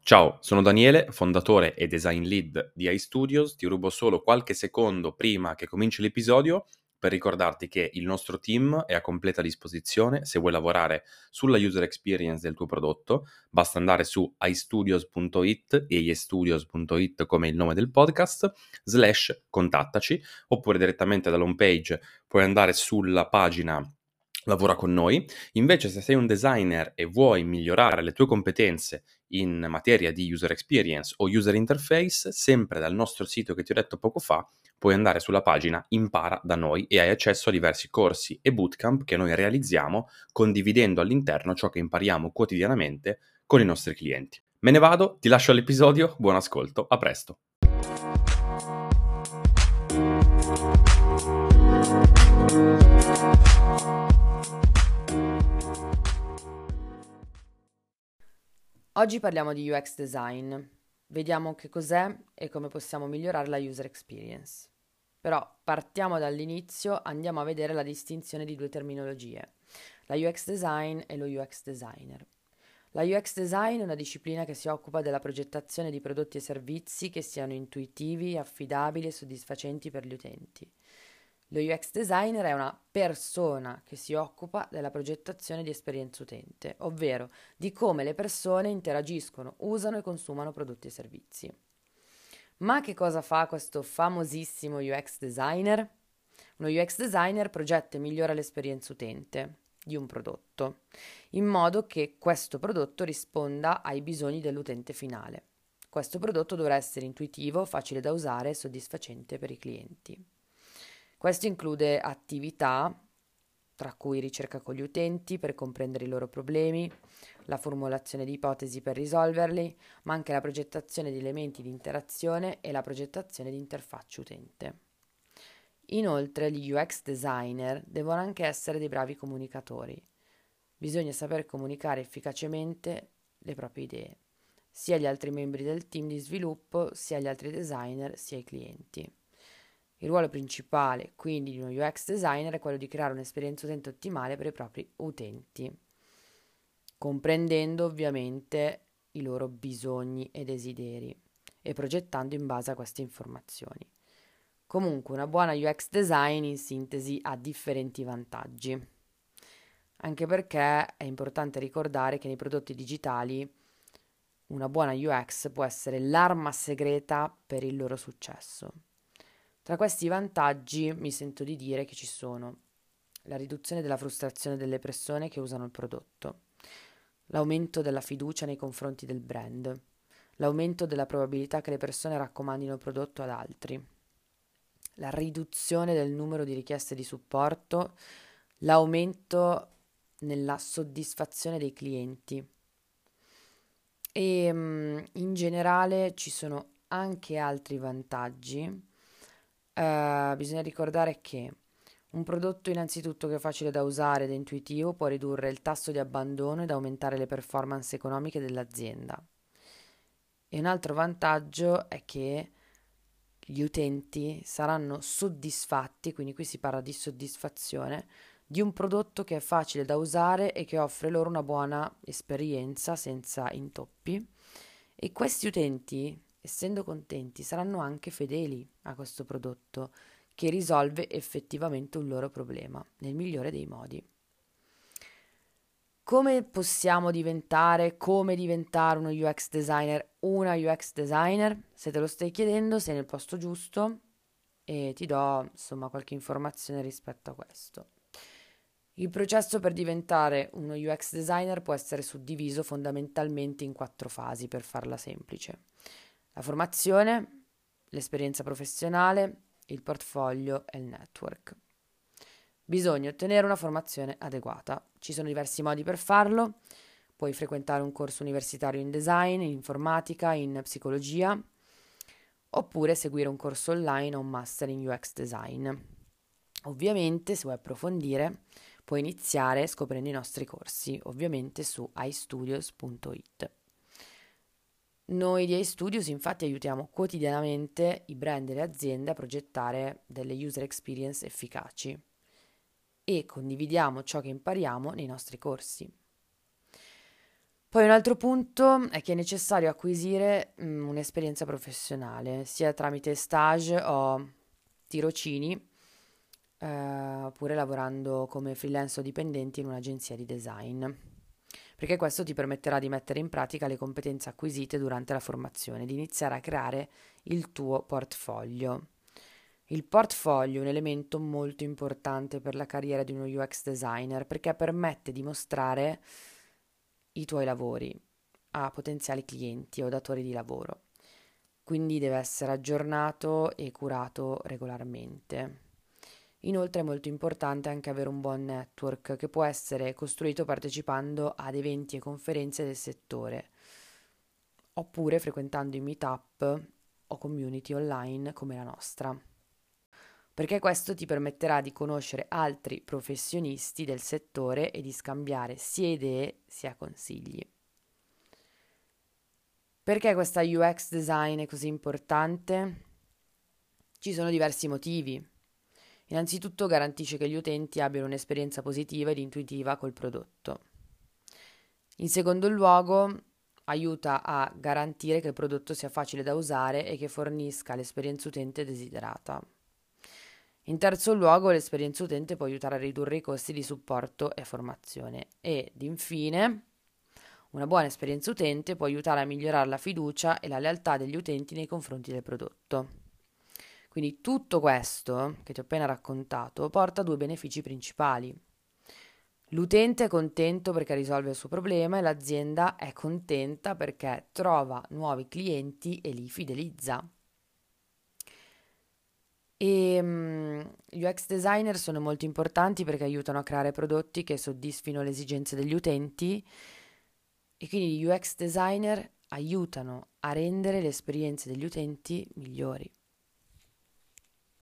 Ciao, sono Daniele, fondatore e design lead di iStudios. Ti rubo solo qualche secondo prima che cominci l'episodio per ricordarti che il nostro team è a completa disposizione se vuoi lavorare sulla user experience del tuo prodotto. Basta andare su istudios.it e istudios.it come il nome del podcast, /contattaci, oppure direttamente dall'home page puoi andare sulla pagina Lavora con noi. Invece, se sei un designer e vuoi migliorare le tue competenze in materia di user experience o user interface, sempre dal nostro sito che ti ho detto poco fa, puoi andare sulla pagina Impara da noi e hai accesso a diversi corsi e bootcamp che noi realizziamo condividendo all'interno ciò che impariamo quotidianamente con i nostri clienti. Me ne vado, ti lascio all'episodio, buon ascolto, a presto. Oggi parliamo di UX design. Vediamo che cos'è e come possiamo migliorare la user experience. Però partiamo dall'inizio, andiamo a vedere la distinzione di due terminologie, la UX design e lo UX designer. La UX design è una disciplina che si occupa della progettazione di prodotti e servizi che siano intuitivi, affidabili e soddisfacenti per gli utenti. Lo UX designer è una persona che si occupa della progettazione di esperienza utente, ovvero di come le persone interagiscono, usano e consumano prodotti e servizi. Ma che cosa fa questo famosissimo UX designer? Uno UX designer progetta e migliora l'esperienza utente di un prodotto, in modo che questo prodotto risponda ai bisogni dell'utente finale. Questo prodotto dovrà essere intuitivo, facile da usare e soddisfacente per i clienti. Questo include attività, tra cui ricerca con gli utenti per comprendere i loro problemi, la formulazione di ipotesi per risolverli, ma anche la progettazione di elementi di interazione e la progettazione di interfacce utente. Inoltre, gli UX designer devono anche essere dei bravi comunicatori. Bisogna saper comunicare efficacemente le proprie idee, sia agli altri membri del team di sviluppo, sia agli altri designer, sia ai clienti. Il ruolo principale, quindi, di uno UX designer è quello di creare un'esperienza utente ottimale per i propri utenti, comprendendo ovviamente i loro bisogni e desideri e progettando in base a queste informazioni. Comunque, una buona UX design in sintesi ha differenti vantaggi, anche perché è importante ricordare che nei prodotti digitali una buona UX può essere l'arma segreta per il loro successo. Tra questi vantaggi mi sento di dire che ci sono la riduzione della frustrazione delle persone che usano il prodotto, l'aumento della fiducia nei confronti del brand, l'aumento della probabilità che le persone raccomandino il prodotto ad altri, la riduzione del numero di richieste di supporto, l'aumento nella soddisfazione dei clienti e in generale ci sono anche altri vantaggi. Bisogna ricordare che un prodotto innanzitutto che è facile da usare ed è intuitivo può ridurre il tasso di abbandono ed aumentare le performance economiche dell'azienda. E un altro vantaggio è che gli utenti saranno soddisfatti, quindi qui si parla di soddisfazione, di un prodotto che è facile da usare e che offre loro una buona esperienza senza intoppi. E questi utenti, essendo contenti, saranno anche fedeli a questo prodotto che risolve effettivamente un loro problema nel migliore dei modi. Come diventare uno UX designer, una UX designer? Se te lo stai chiedendo, sei nel posto giusto e ti do insomma qualche informazione rispetto a questo. Il processo per diventare uno UX designer può essere suddiviso fondamentalmente in 4 fasi, per farla semplice: la formazione, l'esperienza professionale, il portfolio e il network. Bisogna ottenere una formazione adeguata. Ci sono diversi modi per farlo. Puoi frequentare un corso universitario in design, in informatica, in psicologia, oppure seguire un corso online o un master in UX design. Ovviamente, se vuoi approfondire, puoi iniziare scoprendo i nostri corsi, ovviamente su istudios.it. Noi di iStudios infatti aiutiamo quotidianamente i brand e le aziende a progettare delle user experience efficaci e condividiamo ciò che impariamo nei nostri corsi. Poi un altro punto è che è necessario acquisire un'esperienza professionale, sia tramite stage o tirocini, oppure lavorando come freelance o dipendenti in un'agenzia di design, perché questo ti permetterà di mettere in pratica le competenze acquisite durante la formazione, di iniziare a creare il tuo portfolio. Il portfolio è un elemento molto importante per la carriera di uno UX designer perché permette di mostrare i tuoi lavori a potenziali clienti o datori di lavoro. Quindi deve essere aggiornato e curato regolarmente. Inoltre è molto importante anche avere un buon network che può essere costruito partecipando ad eventi e conferenze del settore, oppure frequentando i meetup o community online come la nostra, perché questo ti permetterà di conoscere altri professionisti del settore e di scambiare sia idee sia consigli. Perché questa UX design è così importante? Ci sono diversi motivi. Innanzitutto garantisce che gli utenti abbiano un'esperienza positiva ed intuitiva col prodotto. In secondo luogo, aiuta a garantire che il prodotto sia facile da usare e che fornisca l'esperienza utente desiderata. In terzo luogo, l'esperienza utente può aiutare a ridurre i costi di supporto e formazione. Ed infine, una buona esperienza utente può aiutare a migliorare la fiducia e la lealtà degli utenti nei confronti del prodotto. Quindi tutto questo che ti ho appena raccontato porta a due benefici principali. L'utente è contento perché risolve il suo problema e l'azienda è contenta perché trova nuovi clienti e li fidelizza. Gli UX designer sono molto importanti perché aiutano a creare prodotti che soddisfino le esigenze degli utenti e quindi gli UX designer aiutano a rendere le esperienze degli utenti migliori.